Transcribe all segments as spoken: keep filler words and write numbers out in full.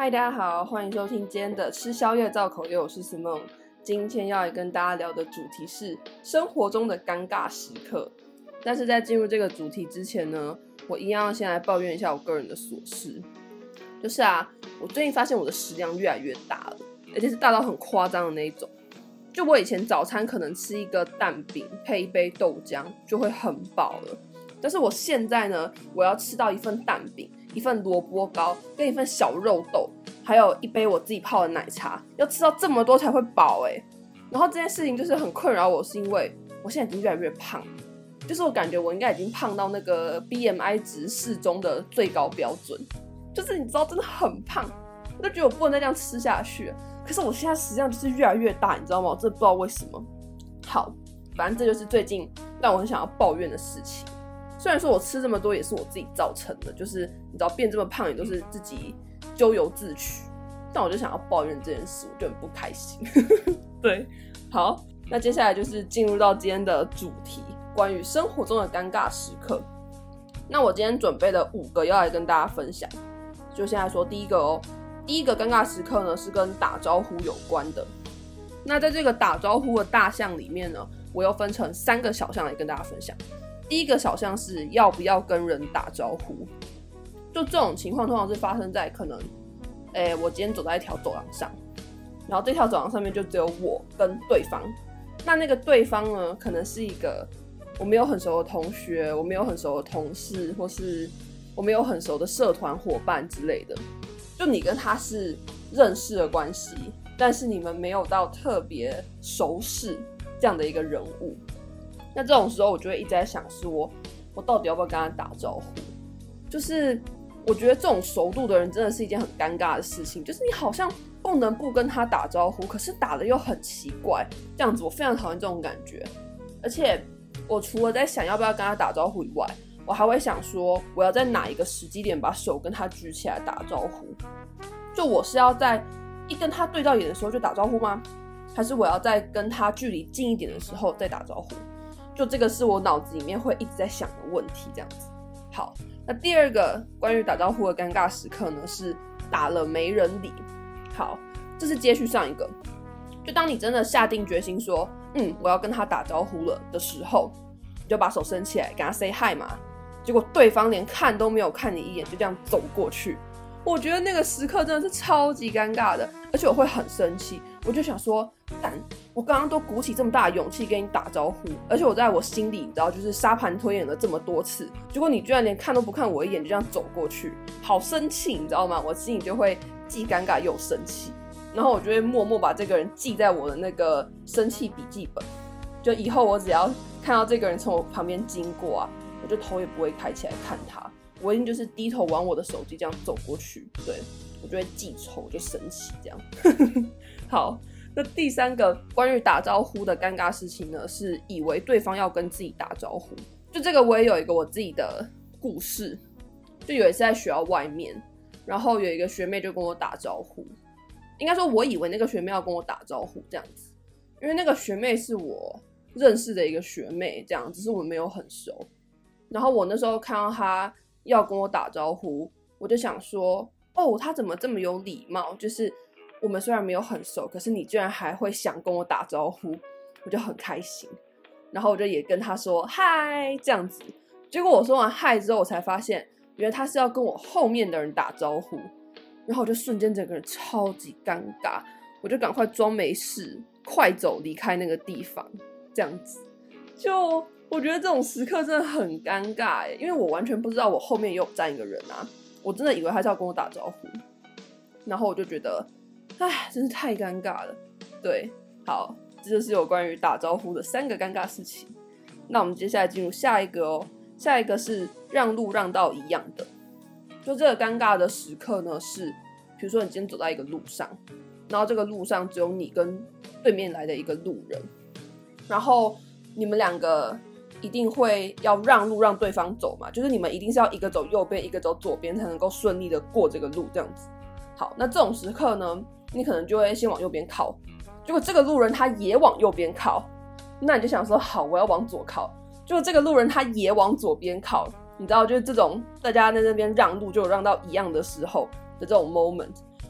嗨，大家好，欢迎收听今天的吃宵夜造口业，我是 Simone。今天要来跟大家聊的主题是生活中的尴尬时刻。但是在进入这个主题之前呢，我一样要先来抱怨一下我个人的琐事。就是啊，我最近发现我的食量越来越大了，而且是大到很夸张的那一种。就我以前早餐可能吃一个蛋饼配一杯豆浆就会很饱了，但是我现在呢，我要吃到一份蛋饼、一份萝卜糕跟一份小肉豆，还有一杯我自己泡的奶茶，要吃到这么多才会饱欸。然后这件事情就是很困扰我，是因为我现在已经越来越胖，就是我感觉我应该已经胖到那个 B M I 值适中的最高标准，就是你知道真的很胖，我就觉得我不能再这样吃下去了。可是我现在食量就是越来越大，你知道吗？我真的不知道为什么。好，反正这就是最近让我很想要抱怨的事情。虽然说我吃这么多也是我自己造成的，就是你知道变这么胖也都是自己咎由自取，但我就想要抱怨这件事，我就很不开心。对，好，那接下来就是进入到今天的主题，关于生活中的尴尬时刻。那我今天准备了五个要来跟大家分享，就先来说第一个哦。第一个尴尬时刻呢是跟打招呼有关的。那在这个打招呼的大项里面呢，我又分成三个小项来跟大家分享。第一个小项是要不要跟人打招呼。就这种情况通常是发生在可能诶，我今天走在一条走廊上，然后这条走廊上面就只有我跟对方。那那个对方呢，可能是一个我没有很熟的同学，我没有很熟的同事，或是我没有很熟的社团伙伴之类的。就你跟他是认识的关系，但是你们没有到特别熟识这样的一个人物。那这种时候我就会一直在想说，我到底要不要跟他打招呼。就是我觉得这种熟度的人真的是一件很尴尬的事情，就是你好像不能不跟他打招呼，可是打的又很奇怪，这样子我非常讨厌这种感觉。而且我除了在想要不要跟他打招呼以外，我还会想说我要在哪一个时机点把手跟他举起来打招呼。就我是要在一跟他对到眼的时候就打招呼吗？还是我要在跟他距离近一点的时候再打招呼？就这个是我脑子里面会一直在想的问题，这样子。好，那第二个关于打招呼的尴尬时刻呢，是打了没人理。好，这是接续上一个。就当你真的下定决心说嗯我要跟他打招呼了的时候，你就把手伸起来跟他 say hi 嘛，结果对方连看都没有看你一眼，就这样走过去。我觉得那个时刻真的是超级尴尬的，而且我会很生气。我就想说干，我刚刚都鼓起这么大的勇气跟你打招呼，而且我在我心里你知道就是沙盘推演了这么多次，结果你居然连看都不看我一眼就这样走过去，好生气你知道吗？我心里就会既尴尬又生气，然后我就会默默把这个人记在我的那个生气笔记本，就以后我只要看到这个人从我旁边经过啊，我就头也不会抬起来看他，我一定就是低头往我的手机这样走过去。对，我就会记仇，我就生气这样。好，那第三个关于打招呼的尴尬事情呢，是以为对方要跟自己打招呼。就这个我也有一个我自己的故事。就有一次在学校外面，然后有一个学妹就跟我打招呼，应该说我以为那个学妹要跟我打招呼这样子，因为那个学妹是我认识的一个学妹这样，只是我们没有很熟。然后我那时候看到她要跟我打招呼，我就想说哦，她怎么这么有礼貌，就是我们虽然没有很熟，可是你居然还会想跟我打招呼，我就很开心。然后我就也跟她说嗨这样子，结果我说完嗨之后，我才发现原来她是要跟我后面的人打招呼，然后我就瞬间整个人超级尴尬，我就赶快装没事快走离开那个地方这样子。就我觉得这种时刻真的很尴尬耶，因为我完全不知道我后面也有站一个人啊，我真的以为他是要跟我打招呼，然后我就觉得唉，真是太尴尬了。对，好，这就是有关于打招呼的三个尴尬事情。那我们接下来进入下一个哦，下一个是让路让到一样的。就这个尴尬的时刻呢，是比如说你今天走在一个路上，然后这个路上只有你跟对面来的一个路人，然后你们两个一定会要让路让对方走嘛，就是你们一定是要一个走右边一个走左边才能够顺利的过这个路这样子。好，那这种时刻呢，你可能就会先往右边靠，结果这个路人他也往右边靠，那你就想说好我要往左靠，结果这个路人他也往左边靠，你知道就是这种大家在那边让路就有让到一样的时候的这种 moment，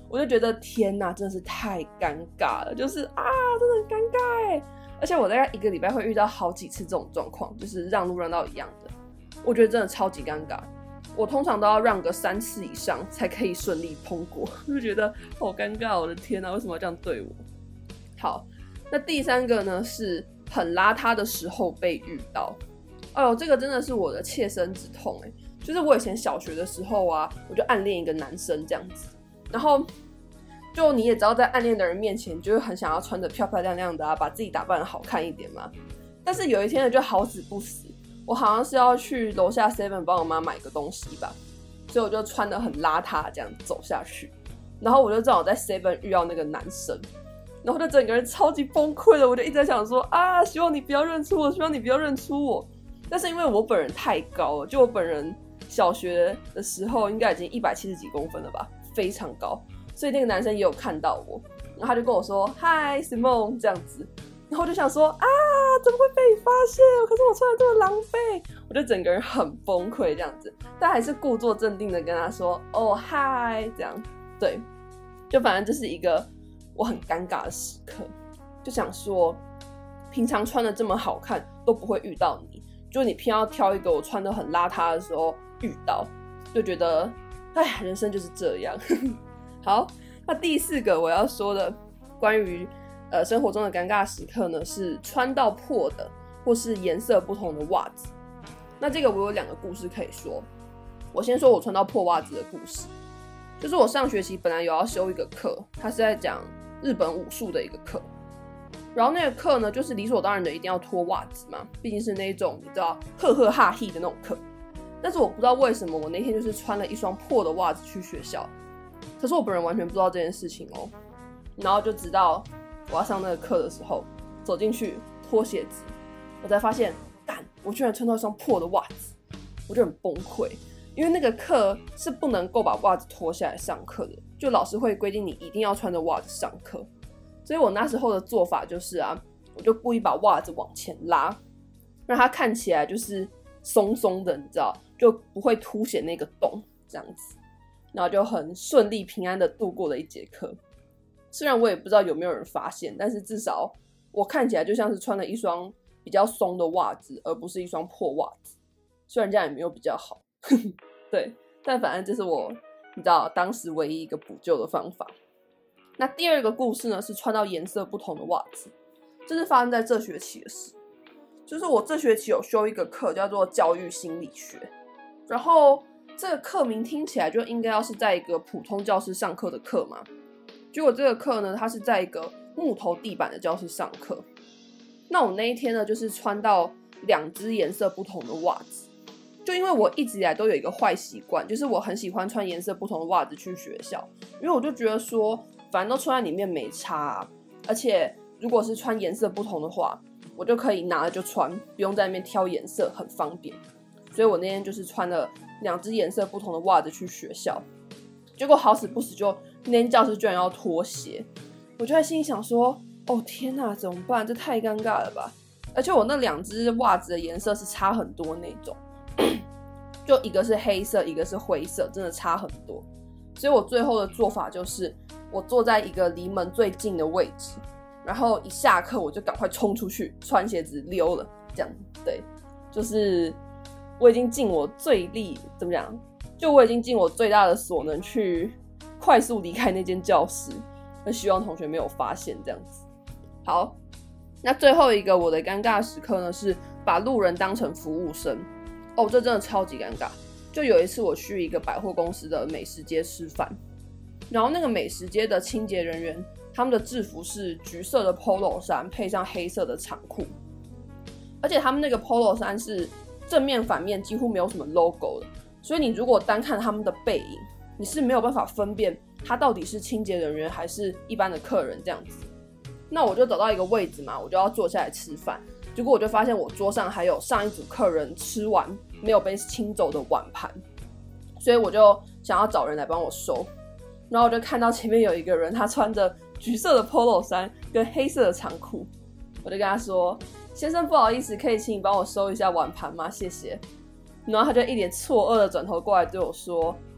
我就觉得天哪，真的是太尴尬了，就是啊，真的很尴尬哎。而且我大概一个礼拜会遇到好几次这种状况，就是让路让到一样的，我觉得真的超级尴尬。我通常都要让个三次以上才可以顺利通过，就觉得好尴尬，我的天哪，为什么要这样对我？好，那第三个呢是很邋遢的时候被遇到。哎呦，这个真的是我的切身之痛哎！就是我以前小学的时候啊，我就暗恋一个男生这样子，然后就你也知道，在暗恋的人面前，就会很想要穿得漂漂亮亮的啊，把自己打扮得好看一点嘛。但是有一天呢，就好死不死，我好像是要去楼下 seven 帮我妈买个东西吧，所以我就穿得很邋遢这样走下去，然后我就正好在 seven 遇到那个男生。然后就整个人超级崩溃了，我就一直在想说啊，希望你不要认出我，希望你不要认出我。但是因为我本人太高了，就我本人小学的时候应该已经一百七十几公分了吧，非常高，所以那个男生也有看到我，然后他就跟我说 Hi Simone 这样子，然后我就想说啊，怎么会被你发现？可是我穿得这么狼狈，我就整个人很崩溃这样子，但还是故作镇定的跟他说哦 Hi 这样，对，就反正这是一个我很尴尬的时刻，就想说平常穿的这么好看都不会遇到你，就你偏要挑一个我穿的很邋遢的时候遇到，就觉得哎，人生就是这样。好，那第四个我要说的关于呃生活中的尴尬时刻呢，是穿到破的或是颜色不同的袜子。那这个我有两个故事可以说，我先说我穿到破袜子的故事。就是我上学期本来有要修一个课，它是在讲日本武术的一个课，然后那个课呢，就是理所当然的一定要脱袜子嘛，毕竟是那种你知道赫赫哈嘿的那种课。但是我不知道为什么我那天就是穿了一双破的袜子去学校，可是我本人完全不知道这件事情哦。然后就直到我要上那个课的时候，走进去脱鞋子，我才发现，干，我居然穿到一双破的袜子，我就很崩溃。因为那个课是不能够把袜子脱下来上课的，就老师会规定你一定要穿着袜子上课。所以我那时候的做法就是啊，我就故意把袜子往前拉，让它看起来就是松松的，你知道，就不会凸显那个洞这样子，然后就很顺利平安的度过了一节课。虽然我也不知道有没有人发现，但是至少我看起来就像是穿了一双比较松的袜子，而不是一双破袜子。虽然这样也没有比较好。对，但反正这是我你知道当时唯一一个补救的方法。那第二个故事呢，是穿到颜色不同的袜子，这是发生在这学期的事。就是我这学期有修一个课叫做教育心理学，然后这个课名听起来就应该要是在一个普通教室上课的课嘛，结果这个课呢，它是在一个木头地板的教室上课。那我那一天呢，就是穿到两只颜色不同的袜子。就因为我一直以来都有一个坏习惯，就是我很喜欢穿颜色不同的袜子去学校，因为我就觉得说反正都穿在里面没差啊，而且如果是穿颜色不同的话，我就可以拿了就穿，不用在那边挑颜色，很方便。所以我那天就是穿了两只颜色不同的袜子去学校，结果好死不死就那天教室居然要脱鞋，我就在心里想说哦天哪，怎么办，这太尴尬了吧。而且我那两只袜子的颜色是差很多那种，就一个是黑色，一个是灰色，真的差很多。所以我最后的做法就是，我坐在一个离门最近的位置，然后一下课我就赶快冲出去，穿鞋子溜了。这样，对，就是我已经尽我最力，怎么讲？就我已经尽我最大的所能去快速离开那间教室，那希望同学没有发现这样子。好，那最后一个我的尴尬时刻呢，是把路人当成服务生。哦，这真的超级尴尬。就有一次我去一个百货公司的美食街吃饭，然后那个美食街的清洁人员，他们的制服是橘色的 polo 衫配上黑色的长裤，而且他们那个 polo 衫是正面反面几乎没有什么 logo 的，所以你如果单看他们的背影，你是没有办法分辨他到底是清洁人员还是一般的客人这样子。那我就找到一个位置嘛，我就要坐下来吃饭，结果我就发现我桌上还有上一组客人吃完没有被清走的碗盘，所以我就想要找人来帮我收。然后我就看到前面有一个人，他穿着橘色的 polo 衫跟黑色的长裤，我就跟他说：“先生，不好意思，可以请你帮我收一下碗盘吗？谢谢。”然后他就一脸错愕的转头过来对我说：“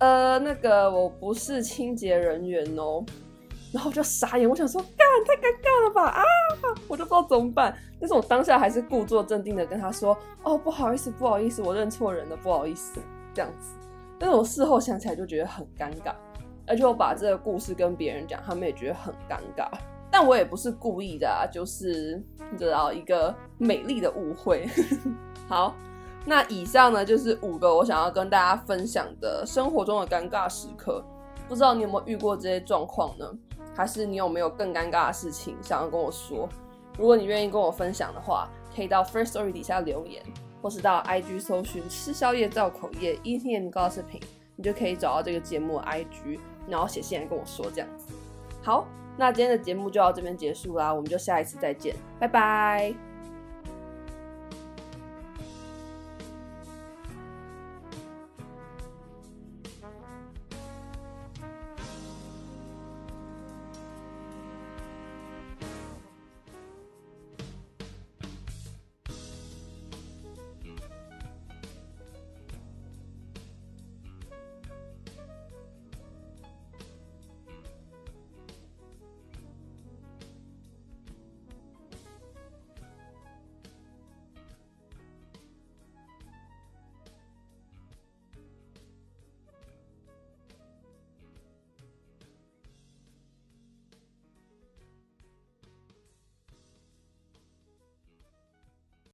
呃，那个我不是清洁人员哦。然后我就傻眼，我想说，干，太尴尬了吧啊！我就不知道怎么办。但是我当下还是故作镇定的跟他说，哦，不好意思，不好意思，我认错人了，不好意思，这样子。但是我事后想起来就觉得很尴尬，而且我把这个故事跟别人讲，他们也觉得很尴尬。但我也不是故意的啊，就是你知道一个美丽的误会。好，那以上呢就是五个我想要跟大家分享的生活中的尴尬时刻。不知道你有没有遇过这些状况呢？还是你有没有更尴尬的事情想要跟我说？如果你愿意跟我分享的话，可以到 Firstory 底下留言，或是到 I G 搜寻吃宵夜造口业 Eating and Gossiping， 你就可以找到这个节目的 I G， 然后写信来跟我说这样子。好，那今天的节目就到这边结束啦，我们就下一次再见，拜拜。